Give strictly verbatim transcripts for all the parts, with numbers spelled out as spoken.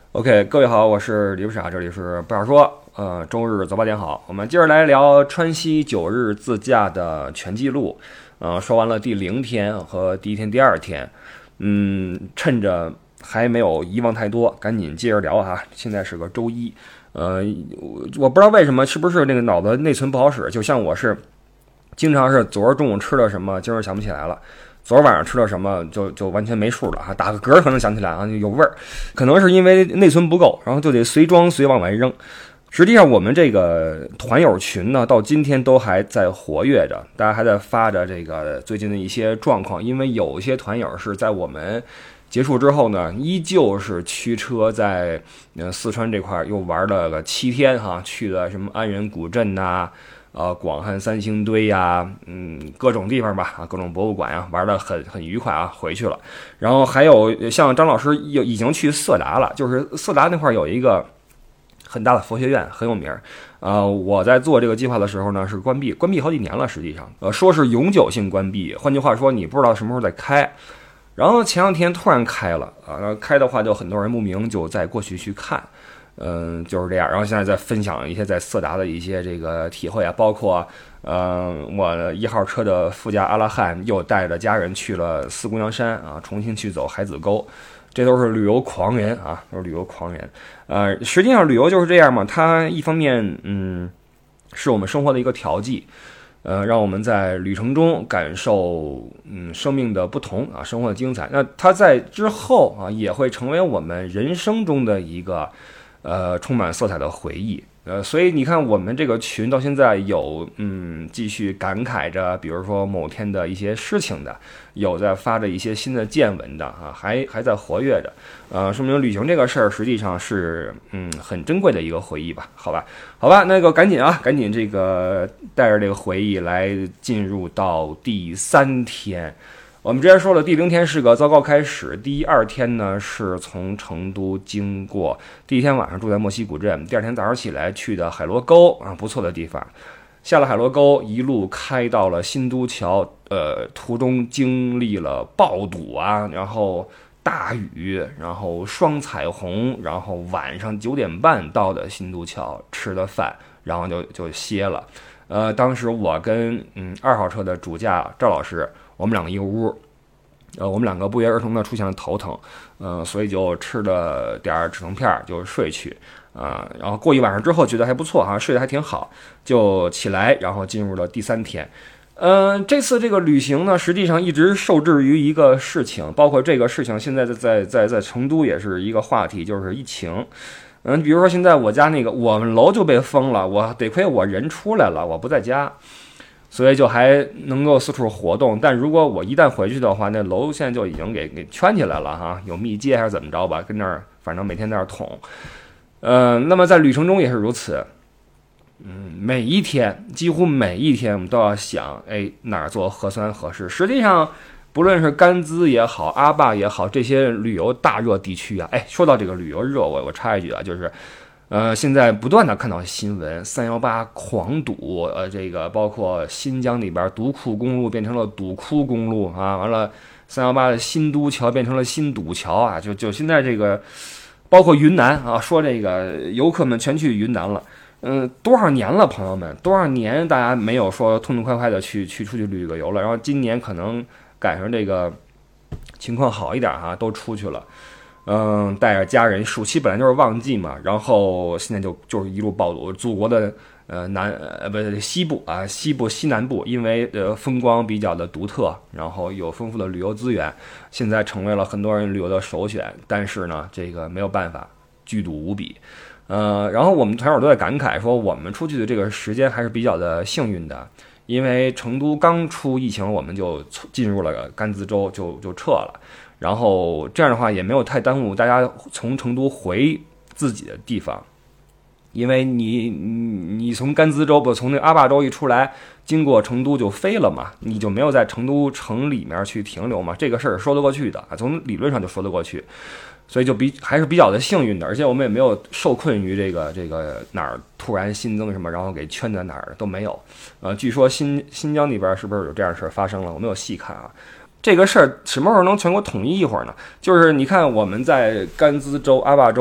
OK，各位好，我是李不傻，这里是不傻说。呃，周日早八点好，我们接着来聊川西九日自驾的全记录。呃，说完了第零天和第一天、第二天，嗯，趁着还没有遗忘太多，赶紧接着聊哈。现在是个周一，呃，我不知道为什么，是不是那个脑子内存不好使？就像我是，经常是昨儿中午吃了什么，今儿想不起来了。昨儿晚上吃了什么就就完全没数了哈，打个嗝可能想起来啊，有味儿，可能是因为内存不够，然后就得随装随往外扔。实际上我们这个团友群呢，到今天都还在活跃着，大家还在发着这个最近的一些状况，因为有一些团友是在我们结束之后呢，依旧是驱车在呃四川这块又玩了个七天哈，去了什么安仁古镇呐、啊。呃，广汉三星堆呀、啊，嗯，各种地方吧，啊，各种博物馆呀、啊，玩得很很愉快啊，回去了。然后还有像张老师又已经去色达了，就是色达那块有一个很大的佛学院，很有名。呃，我在做这个计划的时候呢，是关闭，关闭好几年了，实际上，呃，说是永久性关闭，换句话说，你不知道什么时候再开。然后前两天突然开了啊，开的话就很多人慕名就在过去去看。嗯，就是这样。然后现在在分享一些在色达的一些这个体会啊，包括呃，我一号车的副驾阿拉汉又带着家人去了四姑娘山啊，重新去走海子沟，这都是旅游狂人啊，都是旅游狂人。呃，实际上旅游就是这样嘛，它一方面嗯是我们生活的一个调剂，呃，让我们在旅程中感受嗯生命的不同啊，生活的精彩。那它在之后啊，也会成为我们人生中的一个。呃，充满色彩的回忆，呃，所以你看，我们这个群到现在有，嗯，继续感慨着，比如说某天的一些事情的，有在发着一些新的见闻的啊，还还在活跃着，呃，说明旅行这个事儿实际上是，嗯，很珍贵的一个回忆吧，好吧，好吧，那个赶紧啊，赶紧这个带着这个回忆来进入到第三天。我们之前说了，第零天是个糟糕开始。第二天呢，是从成都经过，第一天晚上住在莫西古镇，第二天早上起来去的海螺沟啊，不错的地方。下了海螺沟，一路开到了新都桥，呃，途中经历了暴堵啊，然后大雨，然后双彩虹，然后晚上九点半到的新都桥吃的饭，然后就就歇了。呃，当时我跟嗯二号车的主驾赵老师。我们两个一个屋，呃，我们两个不约而同的出现了头疼，呃，所以就吃了点止疼片就睡去，啊、呃，然后过一晚上之后觉得还不错哈，睡得还挺好，就起来，然后进入了第三天。嗯、呃，这次这个旅行呢，实际上一直受制于一个事情，包括这个事情现在在在在在成都也是一个话题，就是疫情。嗯，比如说现在我家那个我们楼就被封了，我得亏我人出来了，我不在家。所以就还能够四处活动，但如果我一旦回去的话，那楼现在就已经给给圈起来了哈，有密接还是怎么着吧，跟那儿反正每天在那儿捅。呃，那么在旅程中也是如此，嗯，每一天几乎每一天我们都要想，哎，哪儿做核酸合适？实际上，不论是甘孜也好，阿坝也好，这些旅游大热地区啊，哎，说到这个旅游热，我我插一句啊，就是。呃，现在不断的看到新闻，三幺八狂堵，呃，这个包括新疆里边独库公路变成了堵窟公路啊，完了三幺八的新都桥变成了新堵桥啊，就就现在这个，包括云南啊，说这个游客们全去云南了，嗯、呃，多少年了，朋友们，多少年大家没有说痛痛快快的去去出去旅个游了，然后今年可能赶上这个情况好一点哈、啊，都出去了。嗯，带着家人，暑期本来就是旺季嘛，然后现在就就是一路暴堵，祖国的呃南呃不是西部啊，西部西南部，因为呃风光比较的独特，然后有丰富的旅游资源，现在成为了很多人旅游的首选。但是呢，这个没有办法，巨堵无比。呃，然后我们团友都在感慨说，我们出去的这个时间还是比较的幸运的，因为成都刚出疫情，我们就进入了甘孜州，就就撤了。然后这样的话也没有太耽误大家从成都回自己的地方，因为你你你从甘孜州不从那阿坝州一出来，经过成都就飞了嘛，你就没有在成都城里面去停留嘛，这个事儿说得过去的，从理论上就说得过去，所以就比还是比较的幸运的，而且我们也没有受困于这个这个哪儿突然新增什么，然后给圈在哪儿都没有。呃，据说新新疆那边是不是有这样的事儿发生了？我没有细看啊。这个事儿什么时候能全国统一一会儿呢？就是你看我们在甘孜州、阿坝州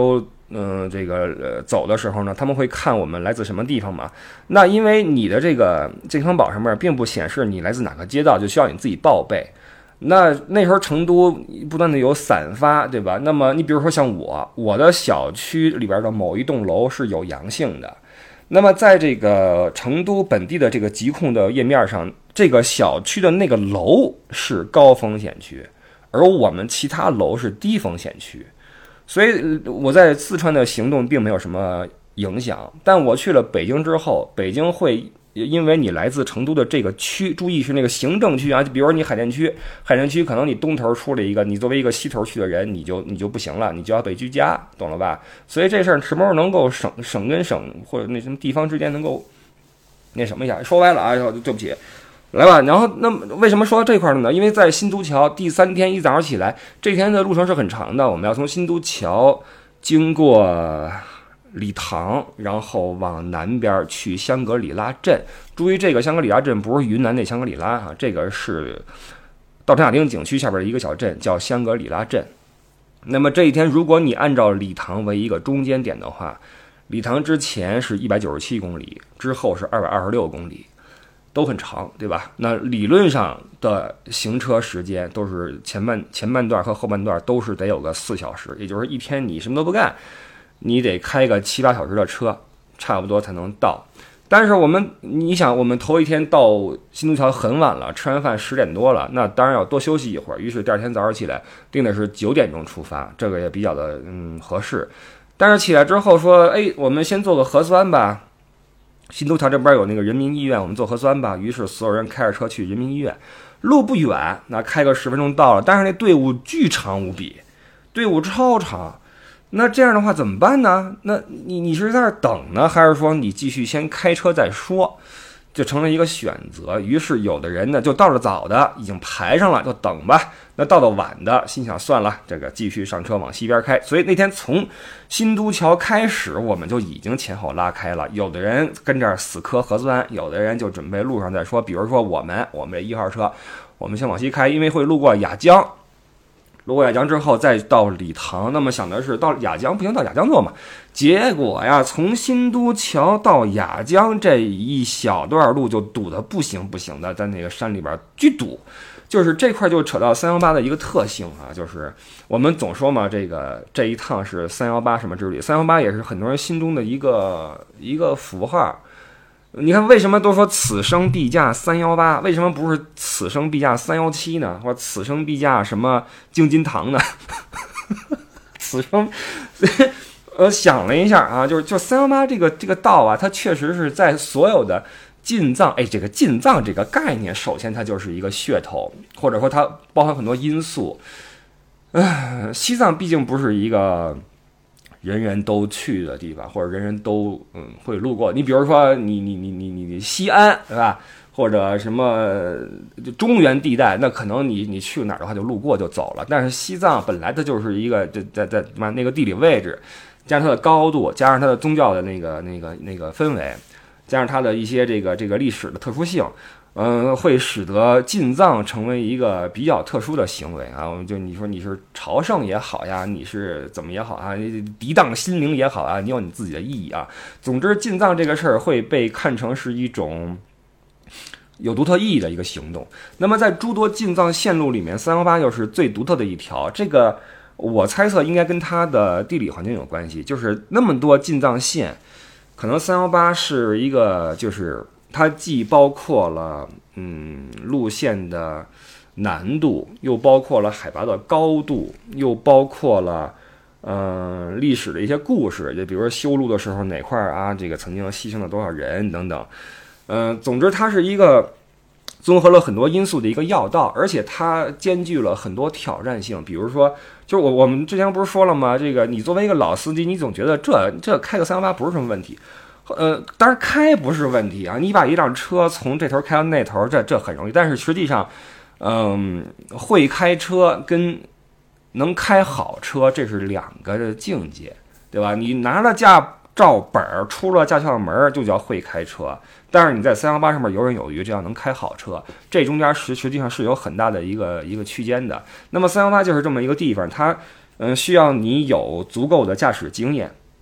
嗯、呃，这个呃走的时候呢，他们会看我们来自什么地方嘛？那因为你的这个健康宝上面并不显示你来自哪个街道，就需要你自己报备。那那时候成都不断的有散发，对吧？那么你比如说像我，我的小区里边的某一栋楼是有阳性的，那么在这个成都本地的这个疾控的页面上，这个小区的那个楼是高风险区，而我们其他楼是低风险区。所以我在四川的行动并没有什么影响，但我去了北京之后，北京会因为你来自成都的这个区，注意是那个行政区啊，就比如说你海淀区，海淀区可能你东头出了一个，你作为一个西头去的人，你就你就不行了，你就要被居家，懂了吧？所以这事儿什么时候能够省省跟省或者那什么地方之间能够那什么一下？说歪了啊，对不起。来吧，然后那么为什么说到这块呢？因为在新都桥第三天一早上起来，这天的路程是很长的，我们要从新都桥经过理塘，然后往南边去香格里拉镇。注意，这个香格里拉镇不是云南那香格里拉啊，这个是稻城亚丁景区下边的一个小镇，叫香格里拉镇。那么这一天，如果你按照理塘为一个中间点的话，理塘之前是一百九十七公里，之后是二百二十六公里。都很长，对吧？那理论上的行车时间都是前半前半段和后半段都是得有个四小时，也就是一天你什么都不干，你得开个七八小时的车，差不多才能到。但是我们，你想，我们头一天到新都桥很晚了，吃完饭十点多了，那当然要多休息一会儿。于是第二天早上起来定的是九点钟出发，这个也比较的嗯合适。但是起来之后说，哎，我们先做个核酸吧。新都桥这边有那个人民医院，我们做核酸吧。于是所有人开着车去人民医院，路不远，那开个十分钟到了。但是那队伍巨长无比，队伍超长。那这样的话怎么办呢？那你你是在那等呢，还是说你继续先开车再说？就成了一个选择。于是有的人呢就到了早的，已经排上了，就等吧。那到了晚的，心想算了，这个继续上车往西边开。所以那天从新都桥开始，我们就已经前后拉开了。有的人跟这儿死磕核酸，有的人就准备路上再说。比如说我们，我们这一号车，我们先往西开，因为会路过雅江。路过雅江之后再到理塘，那么想的是到雅江不行，到雅江做嘛。结果呀，从新都桥到雅江这一小段路就堵得不行不行的，在那个山里边巨堵。就是这块就扯到三一八的一个特性啊，就是我们总说嘛，这个这一趟是三一八什么之旅，三一八也是很多人心中的一个一个符号。你看为什么都说此生必驾三一八，为什么不是此生必驾三一七呢？或者此生必驾什么京津唐呢？此生呃想了一下啊，就是就三一八这个这个道啊，它确实是在所有的进藏，哎，这个进藏这个概念，首先它就是一个噱头，或者说它包含很多因素。呃，西藏毕竟不是一个人人都去的地方，或者人人都嗯会路过。你比如说你你你你你你西安，对吧？或者什么中原地带，那可能你你去哪儿的话就路过就走了。但是西藏本来它就是一个在在在那个地理位置，加上它的高度，加上它的宗教的那个那个那个氛围，加上它的一些这个这个历史的特殊性。嗯，会使得进藏成为一个比较特殊的行为啊！就你说你是朝圣也好呀，你是怎么也好啊，涤荡心灵也好啊，你有你自己的意义啊。总之，进藏这个事儿会被看成是一种有独特意义的一个行动。那么，在诸多进藏线路里面，三一八又是最独特的一条。这个我猜测应该跟它的地理环境有关系，就是那么多进藏线，可能三一八是一个就是。它既包括了嗯路线的难度，又包括了海拔的高度，又包括了嗯、呃、历史的一些故事，就比如说修路的时候哪块啊这个曾经牺牲了多少人等等。嗯、呃，总之它是一个综合了很多因素的一个要道，而且它兼具了很多挑战性。比如说，就是我我们之前不是说了吗？这个你作为一个老司机，你总觉得这这开个三一八不是什么问题。呃，当然开不是问题啊，你把一辆车从这头开到那头，这这很容易。但是实际上，嗯，会开车跟能开好车这是两个境界，对吧？你拿了驾照本儿，出了驾校门就叫会开车，但是你在三一八上面游刃有余，这样能开好车，这中间实实际上是有很大的一个一个区间的。那么三一八就是这么一个地方，它嗯需要你有足够的驾驶经验。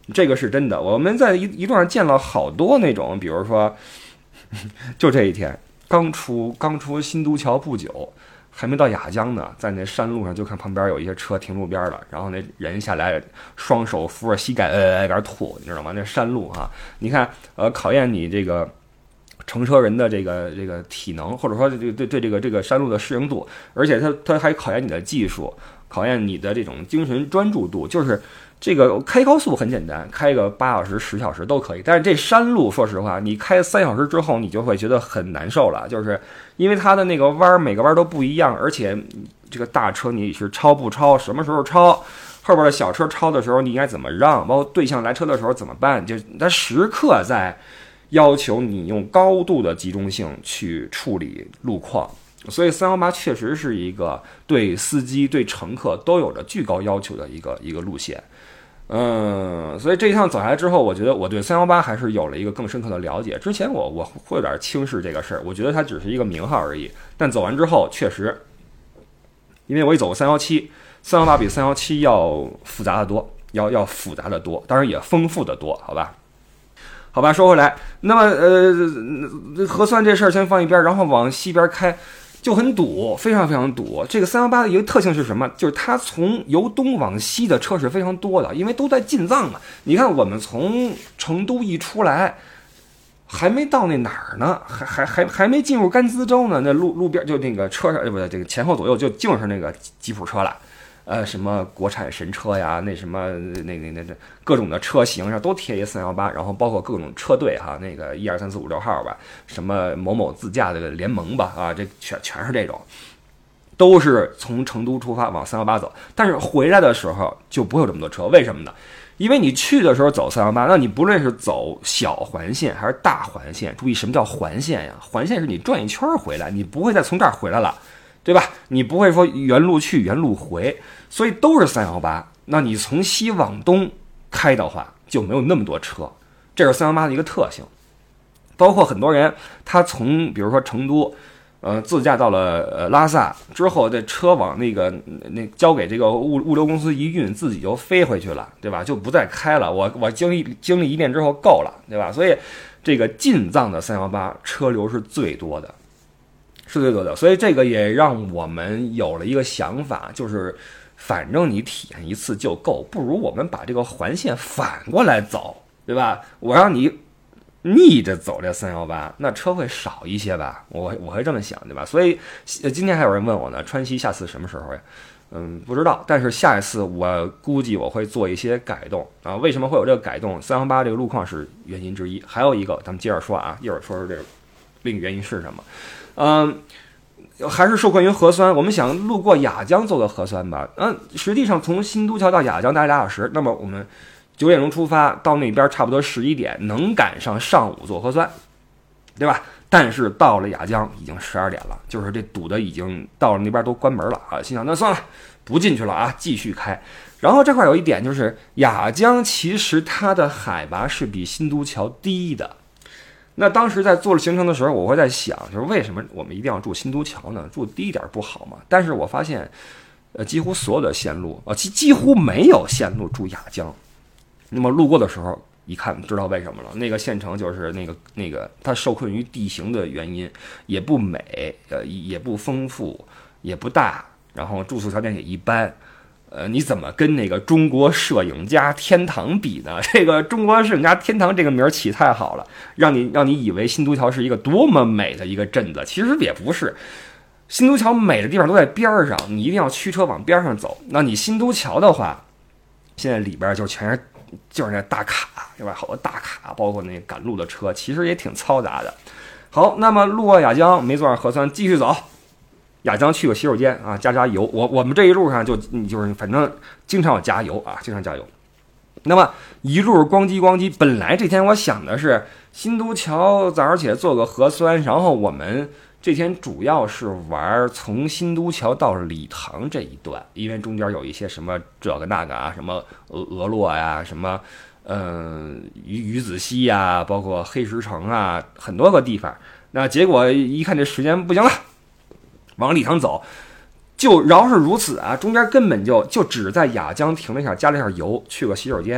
这个是真的。我们在一一路上见了好多那种，比如说，就这一天刚出刚出新都桥不久，还没到雅江呢，在那山路上就看旁边有一些车停路边了，然后那人下来，双手扶着膝盖，呃，在那吐，你知道吗？那山路哈，你看，呃，考验你这个乘车人的这个这个体能，或者说对对对这个这个山路的适应度，而且它它还考验你的技术，考验你的这种精神专注度，就是。这个开高速很简单，开个八小时、十小时都可以。但是这山路，说实话，你开三小时之后，你就会觉得很难受了，就是因为它的那个弯，每个弯都不一样，而且这个大车你是超不超，什么时候超，后边的小车超的时候你应该怎么让，包括对向来车的时候怎么办，就它时刻在要求你用高度的集中性去处理路况。所以三一八确实是一个对司机、对乘客都有着巨高要求的一个一个路线。嗯，所以这一趟走下来之后，我觉得我对三一八还是有了一个更深刻的了解。之前我我会有点轻视这个事儿，我觉得它只是一个名号而已。但走完之后，确实，因为我也走过三一七，三一八比三一七要复杂的多，要要复杂的多，当然也丰富的多，好吧？好吧，说回来，那么呃，核酸这事儿先放一边，然后往西边开。就很堵，非常非常堵。这个三一八的一个特性是什么？就是它从由东往西的车是非常多的，因为都在进藏嘛。你看我们从成都一出来，还没到那哪儿呢，还还还还没进入甘孜州呢，那路路边就那个车上，不对，这个前后左右就净是那个吉普车了。呃，什么国产神车呀，那什么那那那那各种的车型上都贴一三一八，然后包括各种车队哈，那个一二三四五六号吧，什么某某自驾的联盟吧，啊，这全全是这种，都是从成都出发往三一八走，但是回来的时候就不会有这么多车，为什么呢？因为你去的时候走三一八，那你不论是走小环线还是大环线，注意什么叫环线呀？环线是你转一圈回来，你不会再从这儿回来了。对吧？你不会说原路去原路回，所以都是三一八。那你从西往东开的话，就没有那么多车，这是三一八的一个特性。包括很多人他从比如说成都，呃，自驾到了呃拉萨之后，这车往那个那交给这个物物流公司一运，自己就飞回去了，对吧？就不再开了。我我经历经历一遍之后够了，对吧？所以这个进藏的三一八车流是最多的。是最多的，所以这个也让我们有了一个想法，就是反正你体验一次就够，不如我们把这个环线反过来走，对吧？我让你逆着走这三一八，那车会少一些吧？我我会这么想，对吧？所以今天还有人问我呢，川西下次什么时候呀？嗯，不知道，但是下一次我估计我会做一些改动啊。为什么会有这个改动？三一八这个路况是原因之一，还有一个咱们接着说啊，一会儿说说这个另一个原因是什么。嗯，还是受困于核酸。我们想路过雅江做个核酸吧。嗯，实际上从新都桥到雅江大概俩小时，那么我们九点钟出发，到那边差不多十一点，能赶上上午做核酸，对吧？但是到了雅江已经十二点了，就是这堵的已经到了那边都关门了啊。心想那算了，不进去了啊，继续开。然后这块有一点就是雅江其实它的海拔是比新都桥低的。那当时在做行程的时候，我会在想，就是为什么我们一定要住新都桥呢？住低一点不好吗？但是我发现，呃，几乎所有的线路啊，几几乎没有线路住雅江。那么路过的时候一看，知道为什么了。那个县城就是那个那个，它受困于地形的原因，也不美，呃，也不丰富，也不大，然后住宿条件也一般。呃，你怎么跟那个中国摄影家天堂比呢？这个中国摄影家天堂这个名儿起太好了，让你让你以为新都桥是一个多么美的一个镇子，其实也不是。新都桥美的地方都在边上，你一定要驱车往边上走。那你新都桥的话，现在里边就全是就是那大卡，对吧？好多大卡，包括那个赶路的车，其实也挺嘈杂的。好，那么路过雅江，没做上核酸，继续走。雅江去个洗手间啊，加加油。我我们这一路上就你就是反正经常要加油啊，经常加油。那么一路咣叽咣叽，本来这天我想的是新都桥早上起来做个核酸，然后我们这天主要是玩从新都桥到理塘这一段，因为中间有一些什么这个那个啊，什么俄俄洛呀，什么嗯鱼鱼子溪呀，包括黑石城啊，很多个地方。那结果一看这时间不行了。往理塘走，就饶是如此啊，中间根本就就只在雅江停了一下，加了一下油，去个洗手间，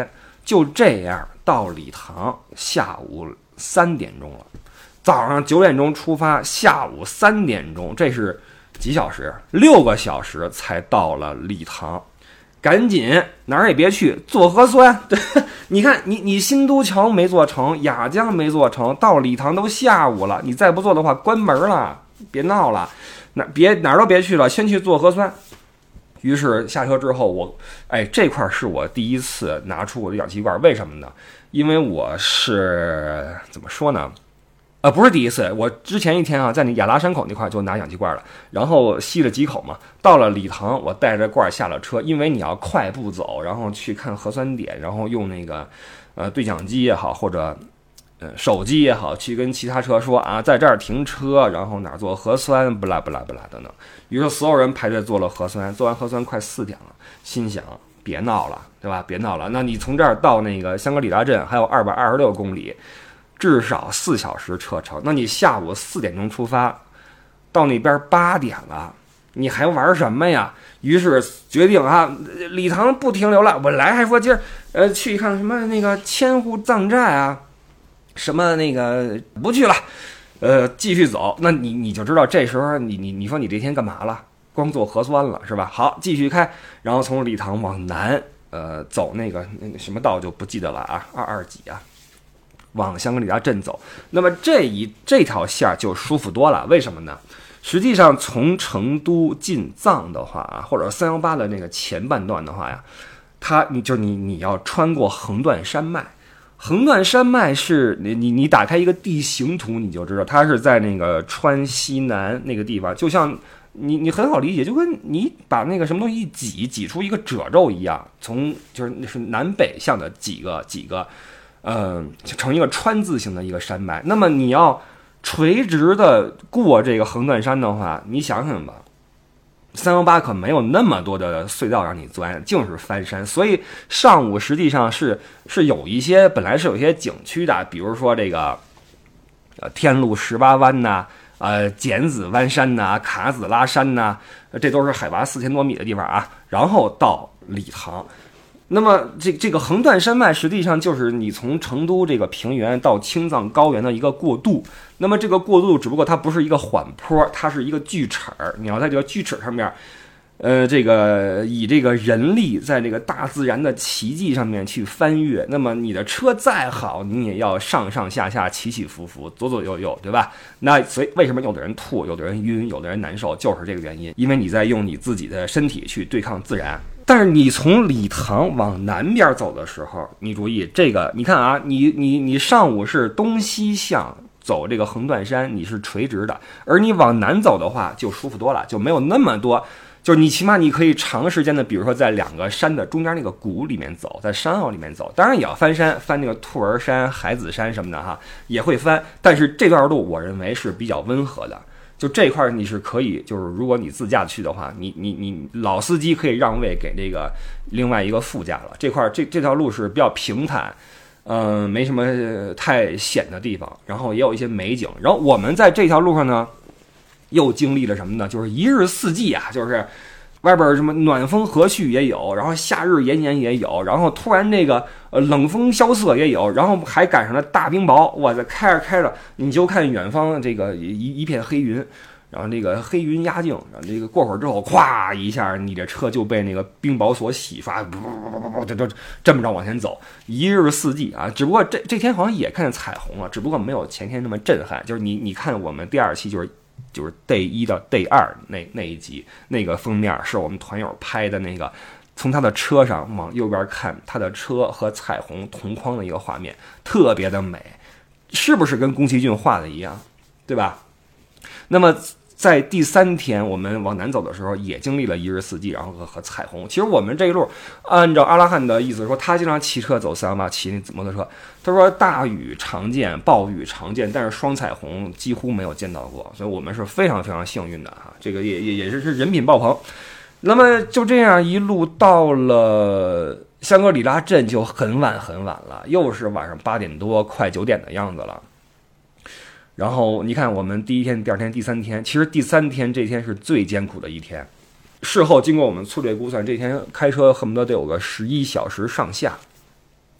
就这样到礼堂，下午三点钟了。早上九点钟出发，下午三点钟，这是几小时？六个小时才到了礼堂。赶紧哪儿也别去，做核酸。你看你你新都桥没做成，雅江没做成，到礼堂都下午了，你再不做的话关门了，别闹了，哪别哪儿都别去了，先去做核酸。于是下车之后，我哎这块是我第一次拿出我的氧气罐，为什么呢？因为我是怎么说呢？呃，不是第一次，我之前一天啊，在那亚拉山口那块就拿氧气罐了，然后吸了几口嘛。到了礼堂，我带着罐下了车，因为你要快步走，然后去看核酸点，然后用那个呃对讲机也好，或者呃手机也好，去跟其他车说啊，在这儿停车，然后哪儿做核酸，不啦不啦不啦等等。于是所有人排队做了核酸，做完核酸快四点了，心想别闹了，对吧？别闹了，那你从这儿到那个香格里拉镇还有二百二十六公里。至少四小时车程，那你下午四点钟出发，到那边八点了，你还玩什么呀？于是决定啊，礼堂不停留了。本来还说今儿呃去看什么那个千户藏寨啊，什么那个不去了，呃继续走。那你你就知道这时候你你你说你这天干嘛了？光做核酸了是吧？好，继续开，然后从礼堂往南呃走那个那个什么道就不记得了啊，二二几啊。往香格里拉镇走，那么这一这条线就舒服多了。为什么呢？实际上从成都进藏的话啊，或者三幺八的那个前半段的话呀，它你就你你要穿过横断山脉。横断山脉是你你你打开一个地形图，你就知道它是在那个川西南那个地方，就像你你很好理解，就跟你把那个什么东西一挤挤出一个褶皱一样，从就是是南北向的几个几个。呃，成一个川字形的一个山脉。那么你要垂直的过这个横断山的话，你想想吧，三幺八可没有那么多的隧道让你钻，净是翻山。所以上午实际上是是有一些本来是有一些景区的，比如说这个呃天路十八弯呐、呃剪子湾山呐、卡子拉山呐，这都是海拔四千多米的地方啊。然后到礼堂。那么这这个横断山脉实际上就是你从成都这个平原到青藏高原的一个过渡。那么这个过渡只不过它不是一个缓坡，它是一个锯齿儿。你要在这个锯齿上面，呃，这个以这个人力在这个大自然的奇迹上面去翻越。那么你的车再好，你也要上上下下起起伏伏，左左右右，对吧？那所以为什么有的人吐，有的人晕，有的人难受，就是这个原因，因为你在用你自己的身体去对抗自然。但是你从礼堂往南边走的时候，你注意这个，你看啊，你你你上午是东西向走这个横断山，你是垂直的，而你往南走的话就舒服多了，就没有那么多，就是你起码你可以长时间的，比如说在两个山的中间那个谷里面走，在山坳里面走，当然也要翻山，翻那个兔儿山、海子山什么的哈，也会翻，但是这段路我认为是比较温和的。就这块你是可以，就是如果你自驾去的话，你你你老司机可以让位给这个另外一个副驾了。这块这这条路是比较平坦，嗯、呃，没什么太险的地方，然后也有一些美景。然后我们在这条路上呢，又经历了什么呢？就是一日四季啊，就是外边什么暖风和煦也有，然后夏日炎炎也有，然后突然那个呃冷风萧瑟也有，然后还赶上了大冰雹，哇塞，开着开着你就看远方这个一一片黑云，然后这个黑云压境，然后这个过会儿之后，咵一下，你这车就被那个冰雹所洗刷，不不不不不，这都这么着往前走，一日四季啊，只不过这这天好像也看见彩虹了，只不过没有前天那么震撼，就是你你看我们第二期就是。就是 day 一到 day 二那那一集，那个封面是我们团友拍的那个，从他的车上往右边看，他的车和彩虹同框的一个画面，特别的美，是不是跟宫崎骏画的一样，对吧？那么在第三天我们往南走的时候，也经历了一日四季，然后和和彩虹。其实我们这一路，按照阿拉汉的意思说，他经常骑车走三幺八，骑那摩托车。他说大雨常见，暴雨常见，但是双彩虹几乎没有见到过，所以我们是非常非常幸运的哈。这个也也也是是人品爆棚。那么就这样一路到了香格里拉镇，就很晚很晚了，又是晚上八点多，快九点的样子了。然后你看，我们第一天、第二天、第三天，其实第三天这天是最艰苦的一天。事后经过我们粗略估算，这天开车恨不得得有个十一小时上下。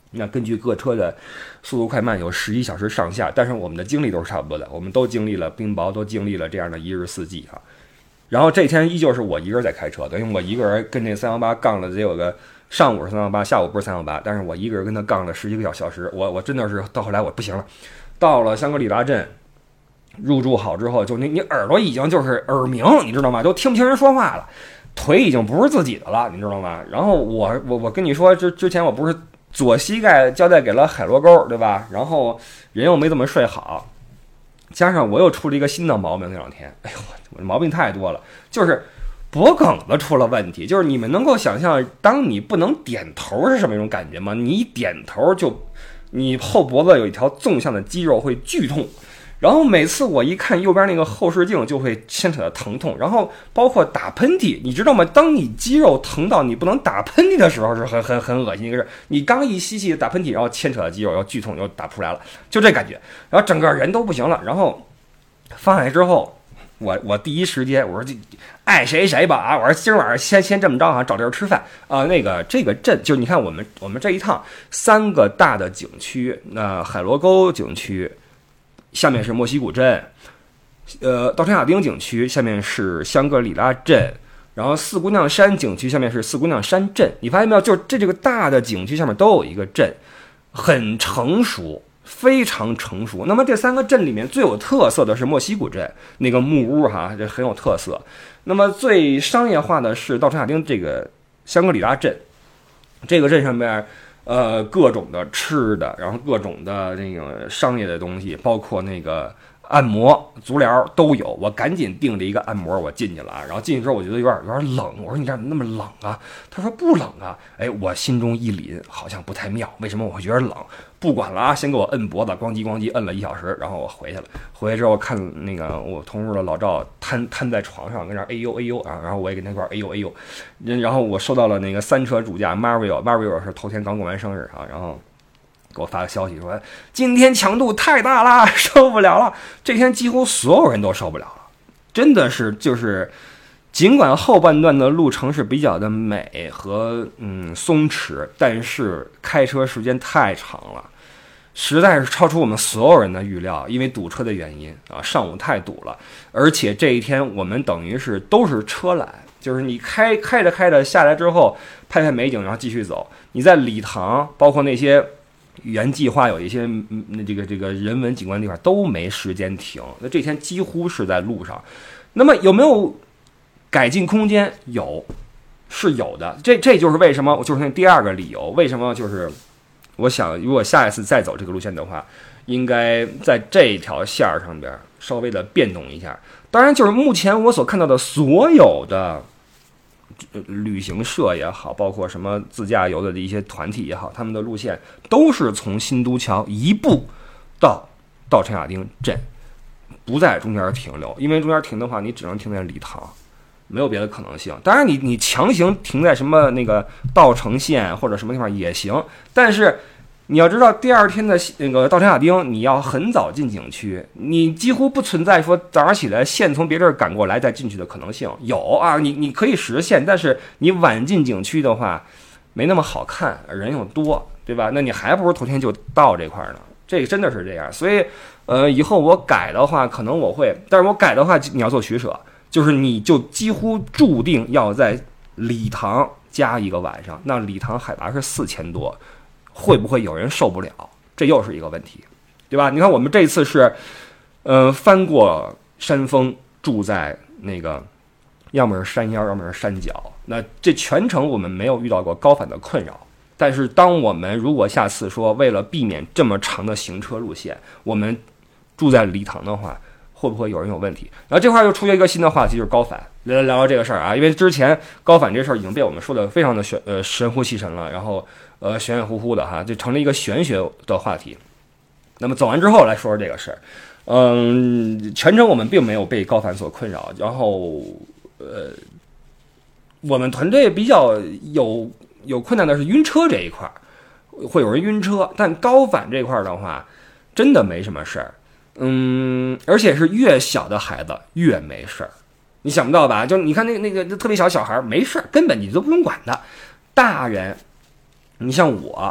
那根据各车的速度快慢有十一小时上下，但是我们的经历都是差不多的，我们都经历了冰雹，都经历了这样的一日四季啊。然后这天依旧是我一个人在开车，等于我一个人跟这三幺八杠了得有个上午是三幺八，下午不是三幺八，但是我一个人跟他杠了十几个小时，我我真的是到后来我不行了。到了香格里拉镇入住好之后，就你你耳朵已经就是耳鸣，你知道吗？都听不清人说话了，腿已经不是自己的了，你知道吗？然后我我我跟你说，之之前我不是左膝盖交代给了海螺沟，对吧？然后人又没怎么睡好，加上我又出了一个新的毛病，那两天，哎呦，我毛病太多了，就是脖梗子出了问题。就是你们能够想象，当你不能点头是什么一种感觉吗？你一点头就，你后脖子有一条纵向的肌肉会剧痛。然后每次我一看右边那个后视镜就会牵扯到疼痛，然后包括打喷嚏，你知道吗？当你肌肉疼到你不能打喷嚏的时候，是很很很恶心一个事。你刚一吸气打喷嚏，然后牵扯到肌肉，要剧痛，又打不出来了，就这感觉，然后整个人都不行了。然后放下来之后，我我第一时间我说这爱谁谁吧啊！我说今儿晚上先先这么着啊，找地儿吃饭啊、呃。那个这个镇就是你看我们我们这一趟三个大的景区，那、呃、海螺沟景区。下面是墨西古镇，呃，稻城亚丁景区下面是香格里拉镇，然后四姑娘山景区下面是四姑娘山镇。你发现没有？就是这这个大的景区下面都有一个镇，很成熟，非常成熟。那么这三个镇里面最有特色的是墨西古镇，那个木屋哈，这很有特色。那么最商业化的是稻城亚丁这个香格里拉镇，这个镇上面。呃，各种的吃的，然后各种的那个商业的东西，包括那个按摩、足疗都有。我赶紧订了一个按摩，我进去了啊。然后进去之后，我觉得有点有点冷。我说你这怎么那么冷啊？他说不冷啊。哎，我心中一凛，好像不太妙。为什么我会觉得冷？不管了啊，先给我摁脖子，咣叽咣叽摁了一小时，然后我回去了。回去之后看那个我同事的老赵瘫瘫在床上，跟那哎呦哎呦啊，然后我也跟他一块哎呦哎呦。然后我收到了那个三车主驾 Mario，Mario 是头天刚过完生日啊，然后。给我发个消息说，今天强度太大了，受不了了。这天几乎所有人都受不了了，真的是就是，尽管后半段的路程是比较的美和嗯松弛，但是开车时间太长了，实在是超出我们所有人的预料。因为堵车的原因啊，上午太堵了，而且这一天我们等于是都是车来，就是你开开着开着下来之后拍拍美景，然后继续走。你在礼堂，包括那些。原计划有一些嗯这个这个人文景观地方都没时间停，那这天几乎是在路上。那么有没有改进空间？有，是有的。这这就是为什么，就是那第二个理由，为什么就是我想，如果下一次再走这个路线的话，应该在这条线上边稍微的变动一下。当然，就是目前我所看到的所有的。旅行社也好，包括什么自驾游的一些团体也好，他们的路线都是从新都桥一步到稻城亚丁镇，不在中间停留，因为中间停的话，你只能停在礼堂，没有别的可能性。当然你，你强行停在什么那个稻城县或者什么地方也行，但是你要知道，第二天的那个稻城亚丁，你要很早进景区，你几乎不存在说早上起来线从别地儿赶过来再进去的可能性。有啊，你你可以实现，但是你晚进景区的话，没那么好看，人又多，对吧？那你还不如头天就到这块呢。这个真的是这样，所以呃，以后我改的话，可能我会，但是我改的话，你要做取舍，就是你就几乎注定要在礼堂加一个晚上，那礼堂海拔是四千多。会不会有人受不了？这又是一个问题，对吧？你看我们这次是，呃，翻过山峰，住在那个，要么是山腰，要么是山脚。那这全程我们没有遇到过高反的困扰。但是当我们如果下次说为了避免这么长的行车路线，我们住在礼堂的话，会不会有人有问题？然后这块又出现一个新的话题，就是高反。聊聊这个事儿啊，因为之前高反这事儿已经被我们说的非常的玄呃神乎其神了，然后呃玄玄乎乎的哈，就成了一个玄学的话题。那么走完之后来说说这个事儿，嗯，全程我们并没有被高反所困扰，然后呃，我们团队比较有有困难的是晕车这一块，会有人晕车，但高反这块的话，真的没什么事儿。嗯，而且是越小的孩子越没事儿，你想不到吧？就你看那那个特别小小孩没事儿，根本你都不用管他。大人，你像我，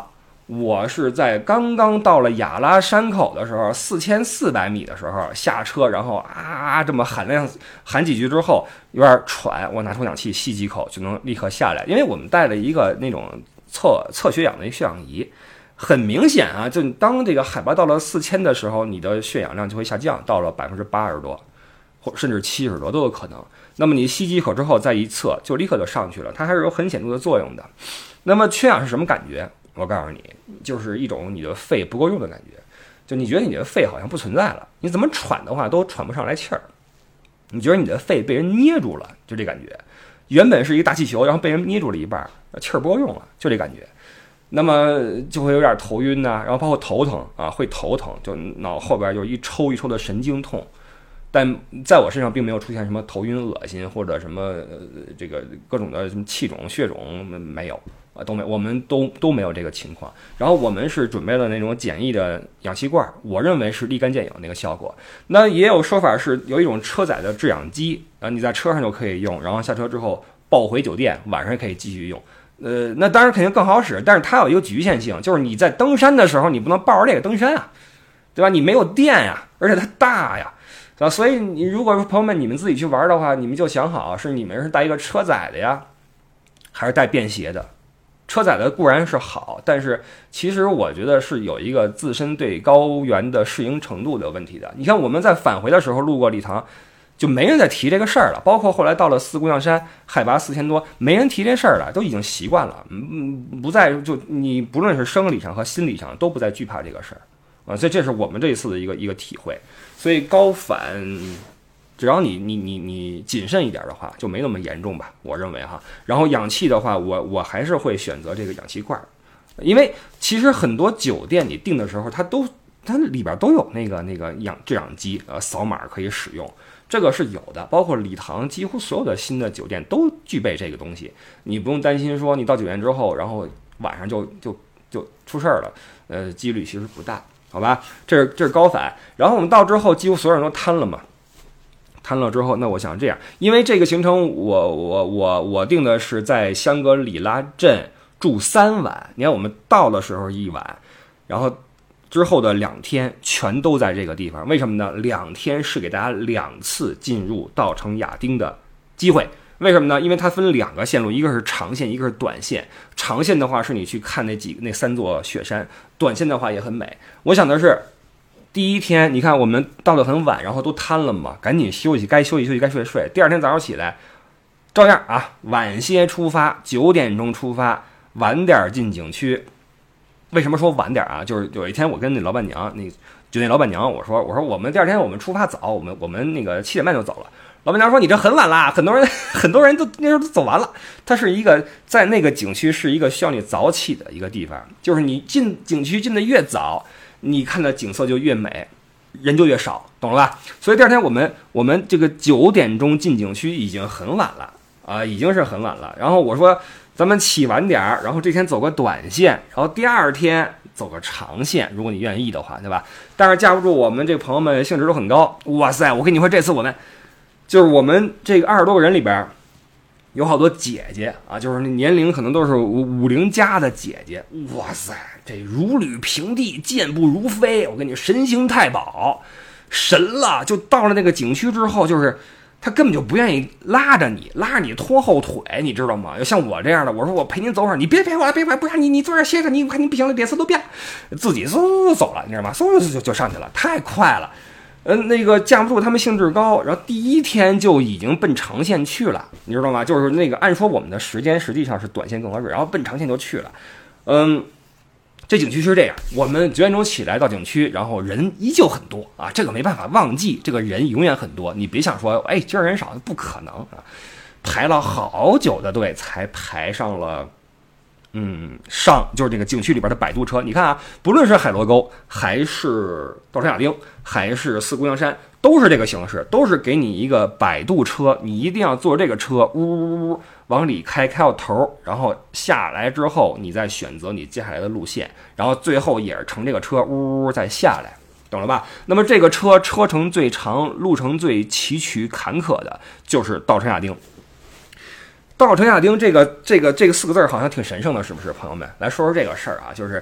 我是在刚刚到了雅拉山口的时候，四千四百米的时候下车，然后啊这么喊两喊几句之后，有点喘，我拿出氧气吸几口就能立刻下来，因为我们带了一个那种测测血氧的一个血氧仪，很明显啊，就当这个海拔到了四千的时候，你的血氧量就会下降到了百分之八十多，或甚至七十多都有可能。那么你吸几口之后再一测，就立刻就上去了，它还是有很显著的作用的。那么缺氧是什么感觉？我告诉你，就是一种你的肺不够用的感觉，就你觉得你的肺好像不存在了，你怎么喘的话都喘不上来气儿，你觉得你的肺被人捏住了，就这感觉。原本是一个大气球，然后被人捏住了一半，气儿不够用了，就这感觉。那么就会有点头晕呐、啊，然后包括头疼啊，会头疼，就脑后边就一抽一抽的神经痛。但在我身上并没有出现什么头晕、恶心或者什么、呃、这个各种的什么气肿、血肿没有啊，都没，我们都都没有这个情况。然后我们是准备了那种简易的氧气罐，我认为是立竿见影那个效果。那也有说法是有一种车载的制氧机啊，你在车上就可以用，然后下车之后抱回酒店，晚上也可以继续用。呃，那当然肯定更好使，但是它有一个局限性，就是你在登山的时候，你不能抱着这个登山啊，对吧？你没有电呀，而且它大呀。啊，所以你如果说朋友们你们自己去玩的话，你们就想好是你们是带一个车载的呀，还是带便携的？车载的固然是好，但是其实我觉得是有一个自身对高原的适应程度的问题的。你看我们在返回的时候路过礼堂，就没人再提这个事儿了，包括后来到了四姑娘山，海拔四千多，没人提这事儿了，都已经习惯了，嗯，不再就你不论是生理上和心理上都不再惧怕这个事儿。啊，所以这是我们这一次的一个一个体会。所以高反，只要你你你你谨慎一点的话，就没那么严重吧，我认为哈。然后氧气的话，我我还是会选择这个氧气罐，因为其实很多酒店你订的时候，它都它里边都有那个那个氧制氧机，呃，扫码可以使用，这个是有的。包括礼堂几乎所有的新的酒店都具备这个东西，你不用担心说你到酒店之后，然后晚上就就就出事儿了，呃，几率其实不大。好吧，这是这是高反，然后我们到之后几乎所有人都瘫了嘛，瘫了之后，那我想这样，因为这个行程我我我我定的是在香格里拉镇住三晚，你看我们到的时候一晚，然后之后的两天全都在这个地方，为什么呢？两天是给大家两次进入稻城亚丁的机会。为什么呢？因为它分两个线路，一个是长线，一个是短线。长线的话是你去看那几那三座雪山，短线的话也很美。我想的是，第一天你看我们到得很晚，然后都瘫了嘛，赶紧休息，该休息休息，该睡睡。第二天早上起来，照样啊，晚些出发，九点钟出发，晚点进景区。为什么说晚点啊？就是有一天我跟那老板娘，那酒店老板娘，我说我说我们第二天我们出发早，我们我们那个七点半就走了。老板娘说：“你这很晚啦，很多人很多人都那时候都走完了。它是一个在那个景区是一个需要你早起的一个地方，就是你进景区进的越早，你看的景色就越美，人就越少，懂了吧？所以第二天我们我们这个九点钟进景区已经很晚了啊，已经是很晚了。然后我说咱们起晚点儿，然后这天走个短线，然后第二天走个长线，如果你愿意的话，对吧？但是架不住我们这朋友们兴致都很高，哇塞！我跟你说，这次我们。”就是我们这个二十多个人里边，有好多姐姐啊，就是年龄可能都是五零加的姐姐，哇塞，这如履平地，健步如飞，我跟你神行太保，神了！就到了那个景区之后，就是他根本就不愿意拉着你，拉着你拖后腿，你知道吗？像我这样的，我说我陪您走会儿，你别陪我了，别陪，不然你你坐这歇着，你看你不行了，脸色都变了，自己嗖走了，你知道吗？嗖就就上去了，太快了。嗯，那个架不住他们兴致高，然后第一天就已经奔长线去了，你知道吗？就是那个按说我们的时间实际上是短线更合适，然后奔长线就去了。嗯，这景区是这样，我们九点钟起来到景区，然后人依旧很多啊，这个没办法，旺季这个人永远很多，你别想说，哎，今儿人少，不可能啊，排了好久的队才排上了。嗯，上就是这个景区里边的摆渡车，你看啊，不论是海螺沟，还是稻城亚丁，还是四姑娘山，都是这个形式，都是给你一个摆渡车，你一定要坐这个车，呜呜呜往里开，开到头，然后下来之后，你再选择你接下来的路线，然后最后也是乘这个车，呜呜再下来，懂了吧？那么这个车车程最长，路程最崎岖坎坷的，就是稻城亚丁。稻城亚丁这个这个这个四个字好像挺神圣的，是不是？朋友们来说说这个事儿啊，就是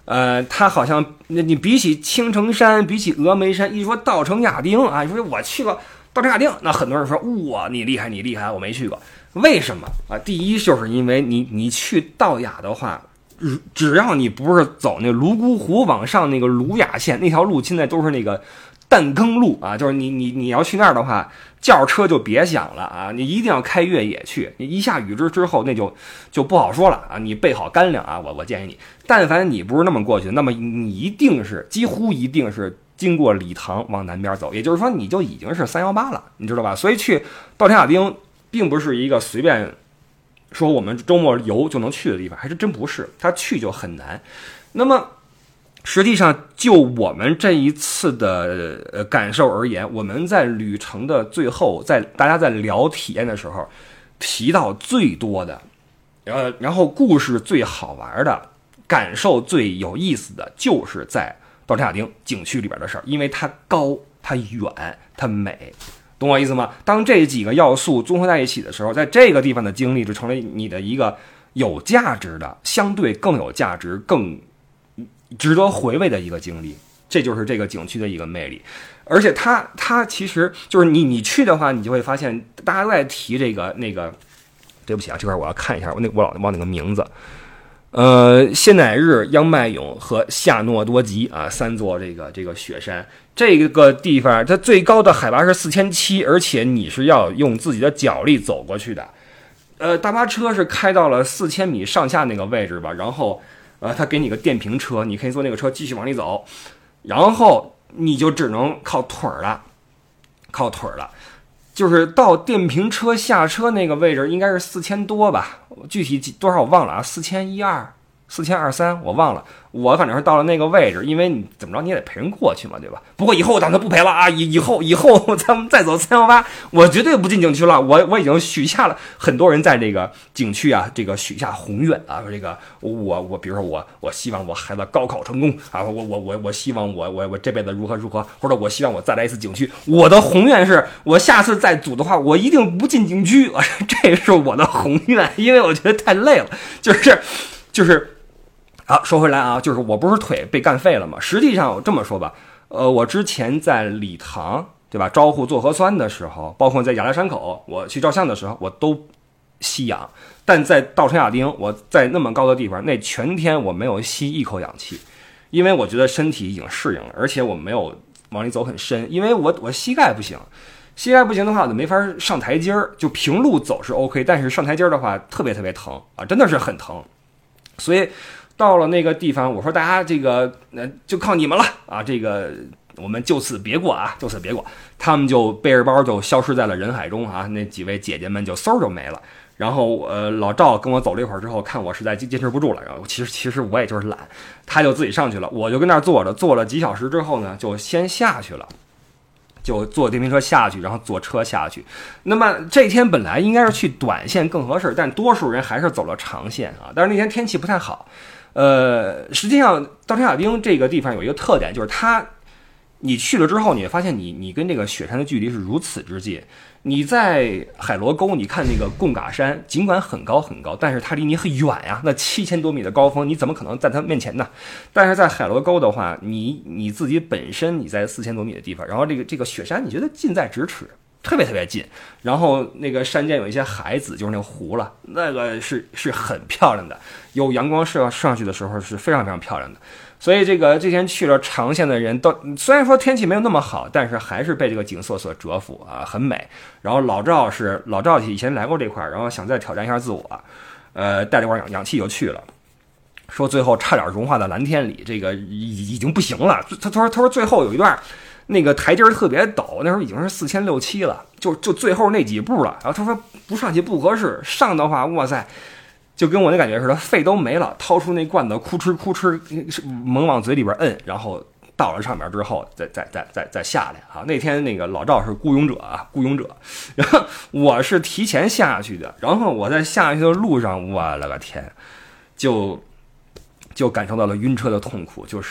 呃，它好像你比起青城山，比起峨眉山，一说稻城亚丁啊，你说我去过稻城亚丁，那很多人说哇，你厉害，你厉害，我没去过。为什么啊？第一就是因为你你去稻雅的话，只要你不是走那泸沽湖往上那个鲁雅线那条路，现在都是那个弹坑路啊，就是你你你要去那儿的话，轿车就别想了啊，你一定要开越野去。你一下雨之之后，那就就不好说了啊，你备好干粮啊，我我建议你，但凡你不是那么过去，那么你一定是几乎一定是经过理塘往南边走，也就是说你就已经是三一八了，你知道吧？所以去稻城亚丁并不是一个随便说我们周末游就能去的地方，还是真不是，它去就很难。那么实际上就我们这一次的呃感受而言，我们在旅程的最后，在大家在聊体验的时候提到最多的呃然后故事最好玩的，感受最有意思的，就是在稻城亚丁景区里边的事儿，因为它高，它远，它美，懂我意思吗？当这几个要素综合在一起的时候，在这个地方的经历就成了你的一个有价值的，相对更有价值、更值得回味的一个经历。这就是这个景区的一个魅力。而且它它其实就是你你去的话，你就会发现大家都在提这个那个，对不起啊，这块我要看一下，我那我老忘那个名字。呃，仙乃日、央麦勇和夏诺多吉啊，三座这个这个雪山，这个地方它最高的海拔是四千七，而且你是要用自己的脚力走过去的。呃，大巴车是开到了四千米上下那个位置吧，然后呃，他给你个电瓶车，你可以坐那个车继续往里走，然后你就只能靠腿儿了，靠腿儿了。就是到电瓶车下车那个位置应该是四千多吧，具体多少我忘了啊，四千一二、四千二三我忘了，我反正是到了那个位置，因为你怎么着你也得陪人过去嘛，对吧？不过以后我打算不陪了啊，以以后以后咱们再走三幺八，我绝对不进景区了，我我已经许下了，很多人在这个景区啊，这个许下宏愿啊，这个我我比如说我我希望我孩子高考成功啊，我我我我希望我我我这辈子如何如何，或者我希望我再来一次景区，我的宏愿是我下次再组的话，我一定不进景区，这是我的宏愿，因为我觉得太累了，就是就是。好，说回来啊，就是我不是腿被干废了吗？实际上我这么说吧，呃，我之前在理塘，对吧？招呼做核酸的时候，包括在雅莱山口，我去照相的时候，我都吸氧。但在稻城亚丁，我在那么高的地方，那全天我没有吸一口氧气，因为我觉得身体已经适应了，而且我没有往里走很深，因为我我膝盖不行。膝盖不行的话，我就没法上台阶儿。就平路走是 OK， 但是上台阶儿的话，特别特别疼啊，真的是很疼。所以到了那个地方，我说大家这个呃就靠你们了啊，这个我们就此别过啊，就此别过。他们就背着包就消失在了人海中啊，那几位姐姐们就嗖就没了。然后呃老赵跟我走了一会儿之后，看我实在坚持不住了，然后其实其实我也就是懒，他就自己上去了，我就跟那儿坐着，坐了几小时之后呢，就先下去了。就坐电瓶车下去，然后坐车下去。那么这天本来应该是去短线更合适，但多数人还是走了长线啊。但是那天天气不太好，呃，实际上稻城亚丁这个地方有一个特点，就是它，你去了之后，你会发现你你跟这个雪山的距离是如此之近。你在海螺沟，你看那个贡嘎山，尽管很高很高，但是它离你很远呀。那七千多米的高峰，你怎么可能在它面前呢？但是在海螺沟的话，你你自己本身你在四千多米的地方，然后这个这个雪山，你觉得近在咫尺，特别特别近。然后那个山间有一些海子，就是那个湖了，那个是是很漂亮的，有阳光射上去的时候是非常非常漂亮的。所以这个这天去了长线的人都，虽然说天气没有那么好，但是还是被这个景色所折服啊，很美。然后老赵是老赵以前来过这块，然后想再挑战一下自我，呃，带了罐氧氧气就去了，说最后差点融化在蓝天里，这个已已经不行了。他他说他说最后有一段那个台阶特别陡，那时候已经是四千六七了，就就最后那几步了。然后他说不上去不合适，上的话哇塞。就跟我那感觉似的，肺都没了，掏出那罐子，哭哧哭哧，猛往嘴里边摁，然后到了上面之后，再再再再再下来啊。那天那个老赵是雇佣者啊，雇佣者，然后我是提前下去的，然后我在下去的路上，我了个天，就就感受到了晕车的痛苦，就是。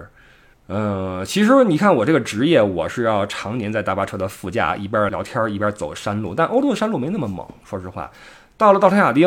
呃，其实你看我这个职业，我是要常年在大巴车的副驾，一边聊天一边走山路，但欧洲的山路没那么猛，说实话。到了稻城亚丁。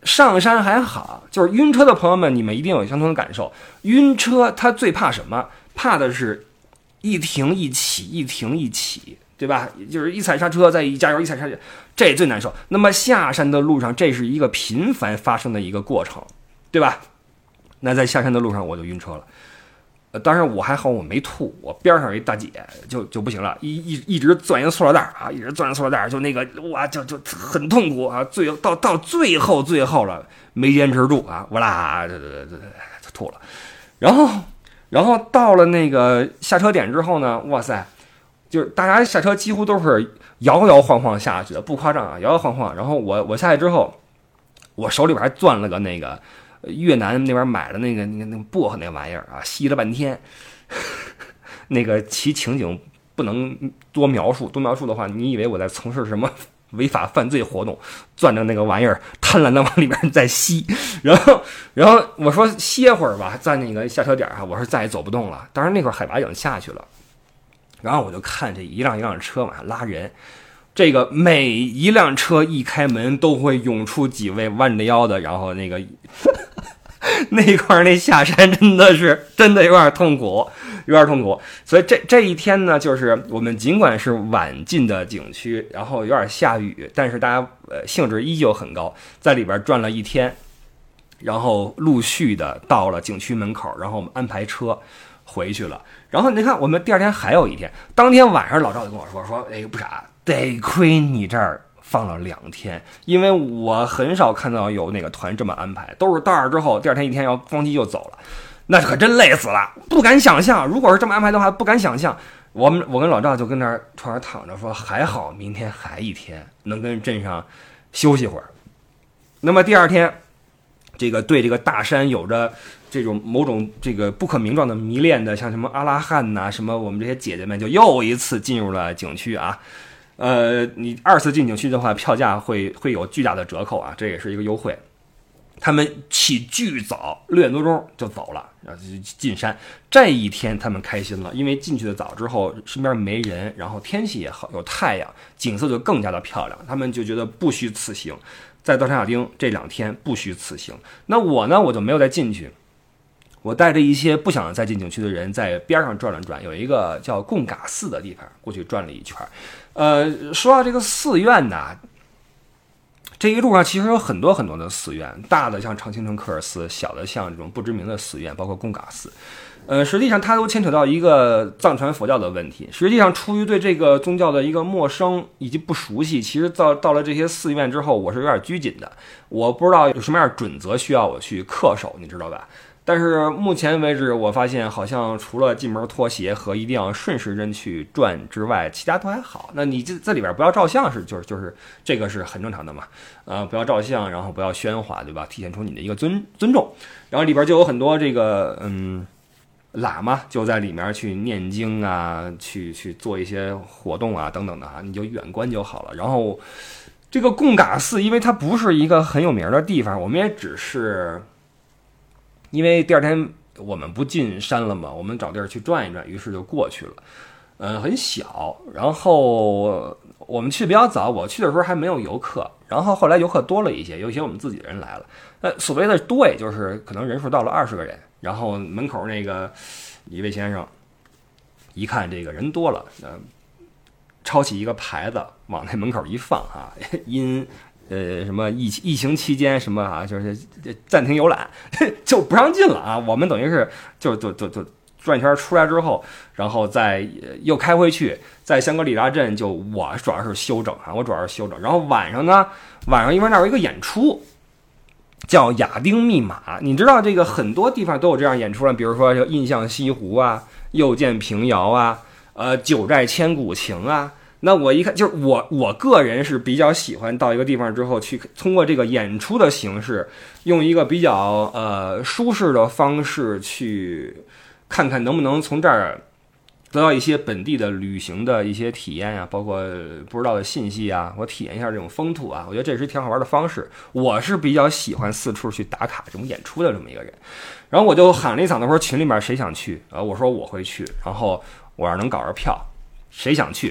上山还好，就是晕车的朋友们，你们一定有相同的感受。晕车他最怕什么？怕的是一停一起，一停一起，对吧？就是一踩刹车，再一加油，一踩刹车，这最难受。那么下山的路上，这是一个频繁发生的一个过程，对吧？那在下山的路上，我就晕车了。呃，当然我还好，我没吐。我边上有一大姐就就不行了，一一一直攥一个塑料袋啊，一直攥着塑料袋，就那个哇，就就很痛苦啊。最到到最后最后了，没坚持住啊，哇啦，对对对对，就吐了。然后然后到了那个下车点之后呢，哇塞，就是大家下车几乎都是摇摇晃晃下去的，不夸张啊，摇摇晃晃。然后我我下去之后，我手里边还攥了个那个。越南那边买的那个那个那个薄荷那玩意儿啊，吸了半天，那个其情景不能多描述，多描述的话，你以为我在从事什么违法犯罪活动？攥着那个玩意儿，贪婪的往里边再吸，然后然后我说歇会儿吧，在那个下车点啊，我说再也走不动了。当然那会儿海拔已经下去了，然后我就看这一辆一辆车往下拉人。这个每一辆车一开门都会涌出几位弯着腰的，然后那个那块那下山真的是真的有点痛苦，有点痛苦。所以这这一天呢，就是我们尽管是晚进的景区，然后有点下雨，但是大家呃兴致依旧很高，在里边转了一天，然后陆续的到了景区门口，然后我们安排车回去了。然后你看，我们第二天还有一天，当天晚上老赵就跟我说说，哎，不傻。得亏你这儿放了两天，因为我很少看到有哪个团这么安排，都是到那儿之后第二天一天要光机就走了，那可真累死了，不敢想象。如果是这么安排的话，不敢想象。我们我跟老赵就跟那儿床上躺着说，还好明天还一天能跟镇上休息会儿。那么第二天，这个对这个大山有着这种某种这个不可名状的迷恋的，像什么阿拉汉呐、啊，什么我们这些姐姐们就又一次进入了景区啊。呃，你二次进景区的话，票价会会有巨大的折扣啊，这也是一个优惠。他们起巨早，六点多钟就走了，然后就进山。这一天他们开心了，因为进去的早之后，身边没人，然后天气也好，有太阳，景色就更加的漂亮。他们就觉得不虚此行，在德山亚丁这两天不虚此行。那我呢，我就没有再进去。我带着一些不想再进景区的人在边上转了转，有一个叫贡嘎寺的地方，过去转了一圈。呃，说到这个寺院呢，这一路上其实有很多很多的寺院，大的像长青城科尔寺，小的像这种不知名的寺院，包括贡嘎寺。呃，实际上它都牵扯到一个藏传佛教的问题。实际上，出于对这个宗教的一个陌生以及不熟悉，其实到到了这些寺院之后，我是有点拘谨的。我不知道有什么样的准则需要我去恪守，你知道吧？但是目前为止，我发现好像除了进门脱鞋和一定要顺时针去转之外，其他都还好。那你这这里边不要照相是就是就是这个是很正常的嘛，呃，不要照相，然后不要喧哗，对吧？体现出你的一个尊尊重。然后里边就有很多这个嗯，喇嘛就在里面去念经啊，去去做一些活动啊等等的啊，你就远观就好了。然后这个贡嘎寺，因为它不是一个很有名的地方，我们也只是。因为第二天我们不进山了嘛，我们找地儿去转一转，于是就过去了。嗯，很小，然后我们去的比较早，我去的时候还没有游客，然后后来游客多了一些，有一些我们自己的人来了。那所谓的多，也就是可能人数到了二十个人，然后门口那个一位先生一看这个人多了，呃，抄起一个牌子往那门口一放啊，因。呃，什么疫疫情期间什么啊，就是暂停游览，就不让进了啊。我们等于是就就就就转圈出来之后，然后再又开回去，在香格里拉镇就我主要是休整啊，我主要是休整。然后晚上呢，晚上因为那有一个演出叫亚丁密码，你知道这个很多地方都有这样演出了，比如说就印象西湖啊，又见平遥啊，呃，九寨千古情啊。那我一看，就是我我个人是比较喜欢到一个地方之后，去通过这个演出的形式，用一个比较呃舒适的方式去看看能不能从这儿得到一些本地的旅行的一些体验啊，包括不知道的信息啊，我体验一下这种风土啊，我觉得这是挺好玩的方式。我是比较喜欢四处去打卡这种演出的这么一个人，然后我就喊了一嗓子说群里面谁想去啊？我说我会去，然后我要能搞着票，谁想去？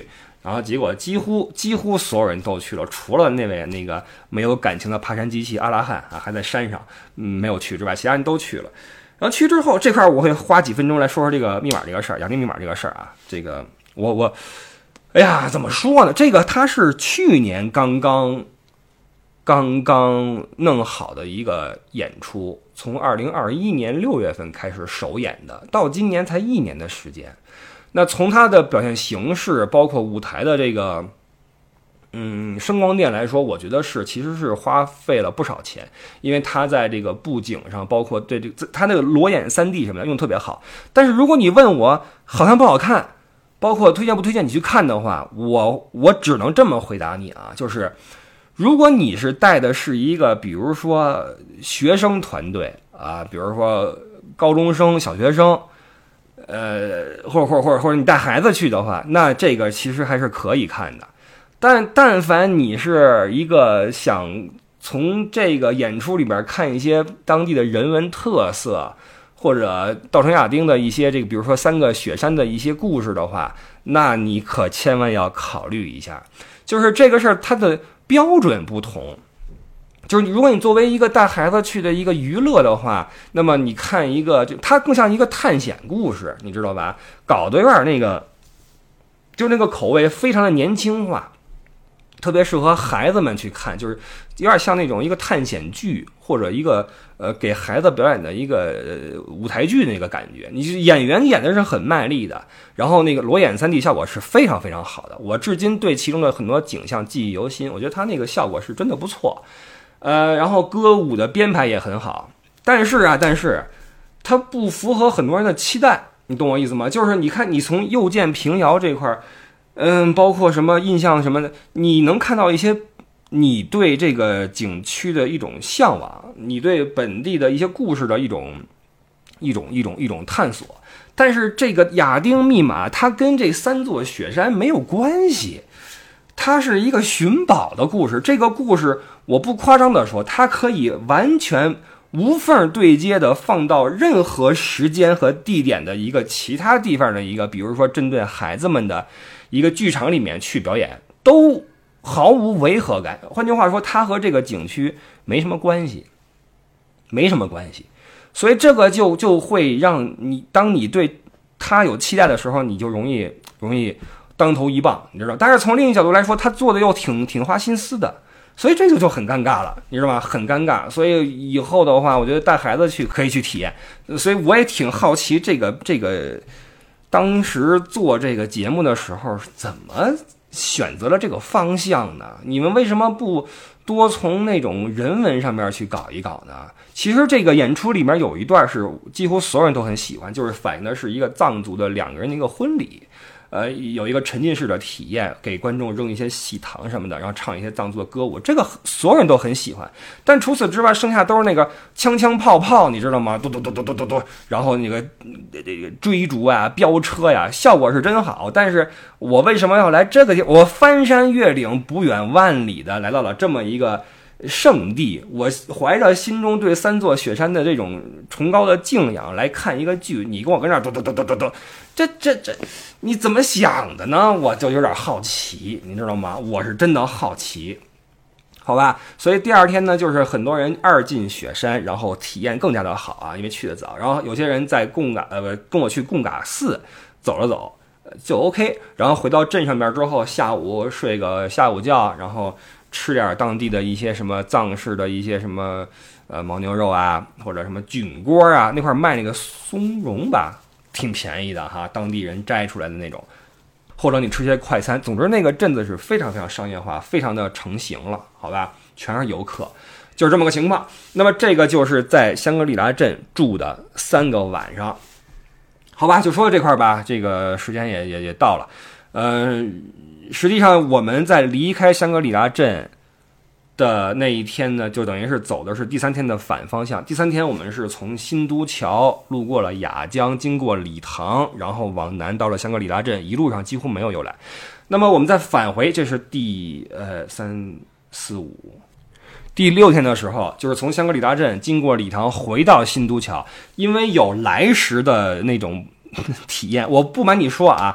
然后结果几乎几乎所有人都去了，除了那位那个没有感情的爬山机器阿拉汉啊，还在山上，嗯，没有去之外，其他人都去了。然后去之后这块我会花几分钟来说说这个密码这个事儿，雅丁密码这个事儿啊。这个我我，哎呀，怎么说呢？这个它是去年刚刚刚刚弄好的一个演出，从二零二一年六月份开始首演的，到今年才一年的时间。那从它的表现形式，包括舞台的这个，嗯，声光电来说，我觉得是其实是花费了不少钱，因为它在这个布景上，包括对这个它那个裸眼 三 D 什么的用得特别好。但是如果你问我好看不好看，包括推荐不推荐你去看的话，我我只能这么回答你啊，就是如果你是带的是一个比如说学生团队啊，比如说高中生、小学生。呃，或者或者或者或者你带孩子去的话，那这个其实还是可以看的。但但凡你是一个想从这个演出里边看一些当地的人文特色，或者稻城亚丁的一些这个，比如说三个雪山的一些故事的话，那你可千万要考虑一下，就是这个事儿它的标准不同。就是如果你作为一个带孩子去的一个娱乐的话，那么你看一个，就它更像一个探险故事，你知道吧？搞得有点那个，就那个口味非常的年轻化，特别适合孩子们去看，就是有点像那种一个探险剧或者一个呃给孩子表演的一个、呃、舞台剧那个感觉。你演员演的是很卖力的，然后那个裸眼 三 D 效果是非常非常好的，我至今对其中的很多景象记忆犹新，我觉得它那个效果是真的不错。呃，然后歌舞的编排也很好，但是啊，但是它不符合很多人的期待，你懂我意思吗？就是你看，你从右键平遥这块，嗯，包括什么印象什么的，你能看到一些你对这个景区的一种向往，你对本地的一些故事的一种一种一种一种探索。但是这个亚丁密码，它跟这三座雪山没有关系。它是一个寻宝的故事，这个故事我不夸张的说，它可以完全无缝对接的放到任何时间和地点的一个其他地方的一个，比如说针对孩子们的一个剧场里面去表演，都毫无违和感。换句话说，它和这个景区没什么关系，没什么关系。所以这个就就会让你，当你对它有期待的时候，你就容易容易。当头一棒，你知道，但是从另一角度来说，他做的又挺挺花心思的，所以这个就很尴尬了，你知道吗？很尴尬。所以以后的话，我觉得带孩子去可以去体验。所以我也挺好奇，这个这个当时做这个节目的时候，怎么选择了这个方向呢？你们为什么不多从那种人文上面去搞一搞呢？其实这个演出里面有一段是几乎所有人都很喜欢，就是反映的是一个藏族的两个人的一个婚礼。呃，有一个沉浸式的体验，给观众扔一些喜糖什么的，然后唱一些藏族的歌舞，这个所有人都很喜欢。但除此之外，剩下都是那个枪枪炮炮，你知道吗？嘟嘟嘟嘟嘟嘟嘟，然后那个这个追逐啊、飙车呀，效果是真好。但是我为什么要来这个地？我翻山越岭、不远万里的来到了这么一个圣地，我怀着心中对三座雪山的这种崇高的敬仰来看一个剧，你跟我跟这儿嘟嘟嘟嘟嘟嘟，这这这你怎么想的呢？我就有点好奇，你知道吗？我是真的好奇，好吧？所以第二天呢，就是很多人二进雪山，然后体验更加的好啊，因为去的早。然后有些人在贡嘎呃跟我去贡嘎寺走了走，就 OK。然后回到镇上面之后，下午睡个下午觉，然后吃点当地的一些什么藏式的一些什么呃牦牛肉啊，或者什么菌锅啊，那块卖那个松茸吧，挺便宜的哈，当地人摘出来的那种，或者你吃些快餐。总之那个镇子是非常非常商业化，非常的成型了，好吧，全是游客，就是这么个情况。那么这个就是在香格里拉镇住的三个晚上，好吧，就说到这块吧，这个时间也也也到了，呃。实际上我们在离开香格里拉镇的那一天呢，就等于是走的是第三天的反方向。第三天我们是从新都桥路过了雅江，经过理塘，然后往南到了香格里拉镇，一路上几乎没有游览。那么我们再返回，这是第呃三四五第六天的时候，就是从香格里拉镇经过理塘回到新都桥，因为有来时的那种体验，我不瞒你说啊，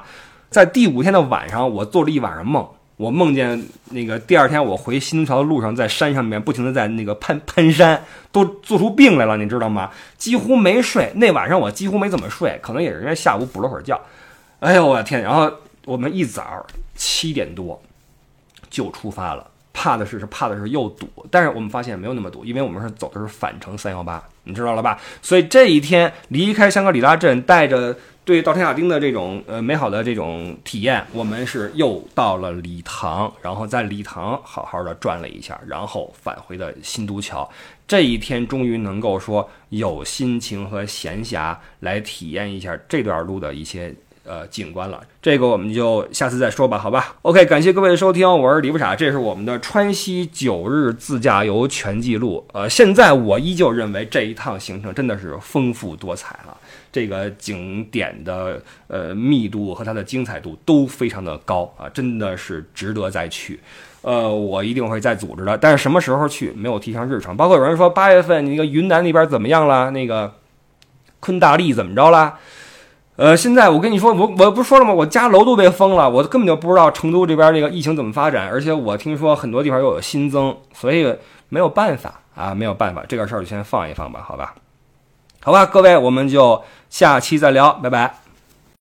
在第五天的晚上，我做了一晚上梦，我梦见那个第二天我回新都桥的路上，在山上面不停的在那个攀攀山，都做出病来了，你知道吗？几乎没睡，那晚上我几乎没怎么睡，可能也是因为下午补了会儿觉。哎呦我的天！然后我们一早七点多就出发了，怕的是是怕的是又堵，但是我们发现没有那么堵，因为我们是走的是返程三一八，你知道了吧？所以这一天离开香格里拉镇，带着对到天下町的这种呃美好的这种体验，我们是又到了礼堂，然后在礼堂好好的转了一下，然后返回的新都桥。这一天终于能够说有心情和闲暇来体验一下这段路的一些呃景观了，这个我们就下次再说吧，好吧 ？OK， 感谢各位的收听，我是李不傻，这是我们的川西九日自驾游全记录。呃，现在我依旧认为这一趟行程真的是丰富多彩了，这个景点的呃密度和它的精彩度都非常的高啊，真的是值得再去。呃，我一定会再组织的，但是什么时候去没有提上日程。包括有人说八月份那个云南那边怎么样了，那个昆大利怎么着了？呃，现在我跟你说，我我不是说了吗？我家楼都被封了，我根本就不知道成都这边那个疫情怎么发展，而且我听说很多地方又有新增，所以没有办法啊，没有办法，这个事儿就先放一放吧，好吧？好吧，各位，我们就下期再聊，拜拜。